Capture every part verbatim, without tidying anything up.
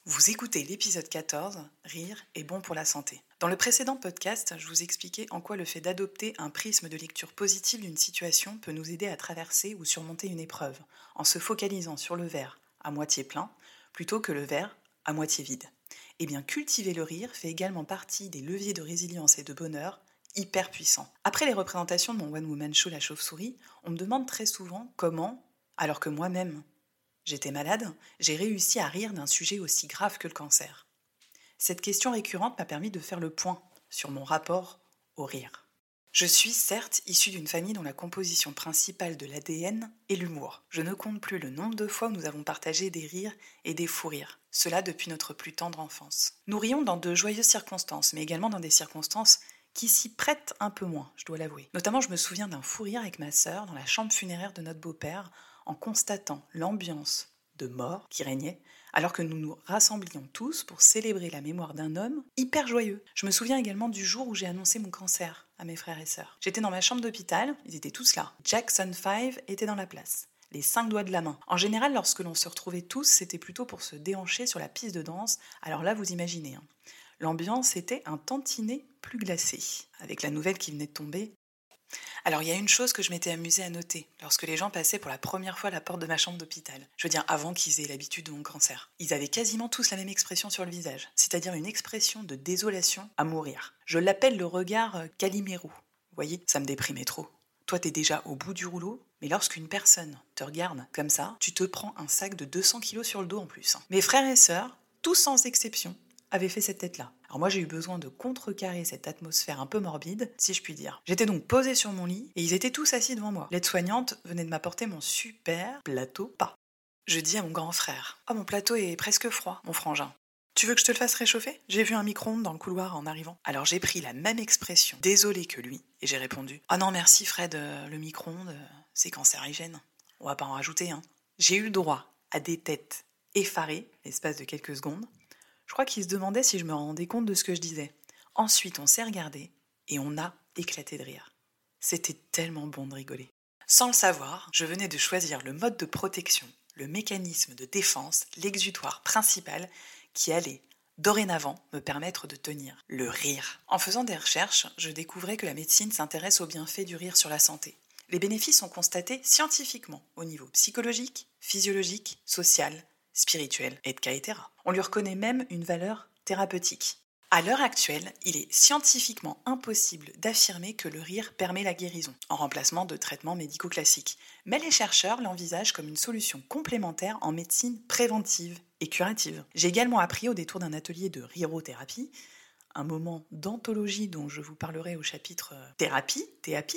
Vous écoutez l'épisode quatorze, Rire est bon pour la santé. Dans le précédent podcast, je vous expliquais en quoi le fait d'adopter un prisme de lecture positive d'une situation peut nous aider à traverser ou surmonter une épreuve, en se focalisant sur le verre à moitié plein plutôt que le verre à moitié vide. Eh bien, cultiver le rire fait également partie des leviers de résilience et de bonheur hyper puissants. Après les représentations de mon One Woman Show La Chauve-souris, on me demande très souvent comment, alors que moi-même, j'étais malade, j'ai réussi à rire d'un sujet aussi grave que le cancer. Cette question récurrente m'a permis de faire le point sur mon rapport au rire. Je suis certes issue d'une famille dont la composition principale de l'A D N est l'humour. Je ne compte plus le nombre de fois où nous avons partagé des rires et des fous rires, cela depuis notre plus tendre enfance. Nous rions dans de joyeuses circonstances, mais également dans des circonstances qui s'y prêtent un peu moins, je dois l'avouer. Notamment, je me souviens d'un fou rire avec ma sœur dans la chambre funéraire de notre beau-père, en constatant l'ambiance de mort qui régnait, alors que nous nous rassemblions tous pour célébrer la mémoire d'un homme hyper joyeux. Je me souviens également du jour où j'ai annoncé mon cancer à mes frères et sœurs. J'étais dans ma chambre d'hôpital, ils étaient tous là. Jackson five était dans la place, les cinq doigts de la main. En général, lorsque l'on se retrouvait tous, c'était plutôt pour se déhancher sur la piste de danse, alors là, vous imaginez. Hein. L'ambiance était un tantinet plus glacé. Avec la nouvelle qui venait de tomber, alors, il y a une chose que je m'étais amusée à noter lorsque les gens passaient pour la première fois à la porte de ma chambre d'hôpital. Je veux dire, avant qu'ils aient l'habitude de mon cancer. Ils avaient quasiment tous la même expression sur le visage, c'est-à-dire une expression de désolation à mourir. Je l'appelle le regard euh, Calimero. Vous voyez, ça me déprimait trop. Toi, t'es déjà au bout du rouleau, mais lorsqu'une personne te regarde comme ça, tu te prends un sac de deux cents kilos sur le dos en plus. Mes frères et sœurs, tous sans exception, avait fait cette tête-là. Alors moi, j'ai eu besoin de contrecarrer cette atmosphère un peu morbide, si je puis dire. J'étais donc posée sur mon lit et ils étaient tous assis devant moi. L'aide-soignante venait de m'apporter mon super plateau pas. Je dis à mon grand frère: « Oh, mon plateau est presque froid, mon frangin. Tu veux que je te le fasse réchauffer ? J'ai vu un micro-ondes dans le couloir en arrivant. » Alors j'ai pris la même expression, désolée que lui, et j'ai répondu: « Oh non, merci Fred, euh, le micro-ondes, euh, c'est cancérigène. On va pas en rajouter, hein. » J'ai eu le droit à des têtes effarées, l'espace de quelques secondes. Je crois qu'il se demandait si je me rendais compte de ce que je disais. Ensuite, on s'est regardé et on a éclaté de rire. C'était tellement bon de rigoler. Sans le savoir, je venais de choisir le mode de protection, le mécanisme de défense, l'exutoire principal qui allait, dorénavant, me permettre de tenir le rire. En faisant des recherches, je découvrais que la médecine s'intéresse aux bienfaits du rire sur la santé. Les bénéfices sont constatés scientifiquement au niveau psychologique, physiologique, social, spirituel, et cetera. On lui reconnaît même une valeur thérapeutique. À l'heure actuelle, il est scientifiquement impossible d'affirmer que le rire permet la guérison, en remplacement de traitements médicaux classiques. Mais les chercheurs l'envisagent comme une solution complémentaire en médecine préventive et curative. J'ai également appris au détour d'un atelier de rirothérapie, un moment d'anthologie dont je vous parlerai au chapitre thérapie, thérapie,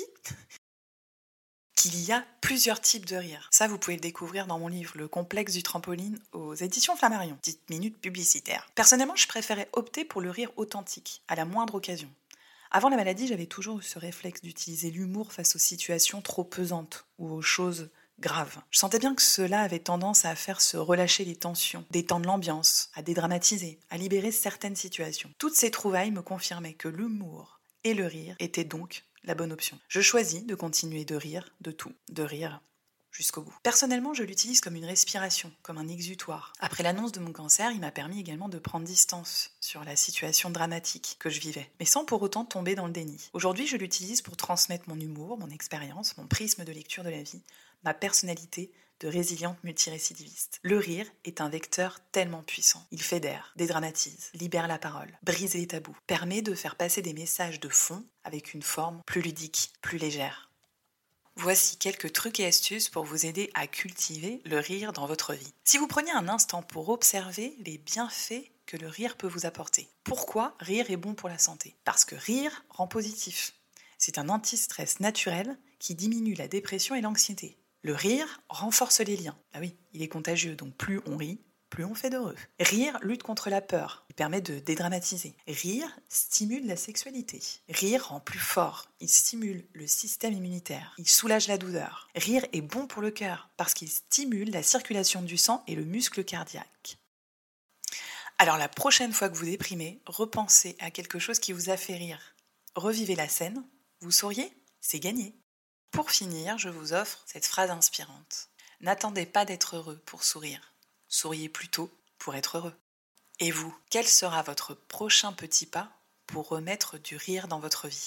qu'il y a plusieurs types de rire. Ça, vous pouvez le découvrir dans mon livre Le complexe du trampoline aux éditions Flammarion. Petite minute publicitaire. Personnellement, je préférais opter pour le rire authentique, à la moindre occasion. Avant la maladie, j'avais toujours eu ce réflexe d'utiliser l'humour face aux situations trop pesantes ou aux choses graves. Je sentais bien que cela avait tendance à faire se relâcher les tensions, détendre l'ambiance, à dédramatiser, à libérer certaines situations. Toutes ces trouvailles me confirmaient que l'humour et le rire étaient donc la bonne option. Je choisis de continuer de rire de tout, de rire jusqu'au bout. Personnellement, je l'utilise comme une respiration, comme un exutoire. Après l'annonce de mon cancer, il m'a permis également de prendre distance sur la situation dramatique que je vivais, mais sans pour autant tomber dans le déni. Aujourd'hui, je l'utilise pour transmettre mon humour, mon expérience, mon prisme de lecture de la vie, ma personnalité de résiliente multirécidiviste. Le rire est un vecteur tellement puissant. Il fédère, dédramatise, libère la parole, brise les tabous, permet de faire passer des messages de fond avec une forme plus ludique, plus légère. Voici quelques trucs et astuces pour vous aider à cultiver le rire dans votre vie. Si vous preniez un instant pour observer les bienfaits que le rire peut vous apporter. Pourquoi rire est bon pour la santé ? Parce que rire rend positif. C'est un anti-stress naturel qui diminue la dépression et l'anxiété. Le rire renforce les liens. Ah oui, il est contagieux, donc plus on rit, plus on fait d'heureux. Rire lutte contre la peur. Il permet de dédramatiser. Rire stimule la sexualité. Rire rend plus fort. Il stimule le système immunitaire. Il soulage la douleur. Rire est bon pour le cœur parce qu'il stimule la circulation du sang et le muscle cardiaque. Alors la prochaine fois que vous déprimez, repensez à quelque chose qui vous a fait rire. Revivez la scène. Vous souriez ? C'est gagné. Pour finir, je vous offre cette phrase inspirante. N'attendez pas d'être heureux pour sourire. Souriez plutôt pour être heureux. Et vous, quel sera votre prochain petit pas pour remettre du rire dans votre vie ?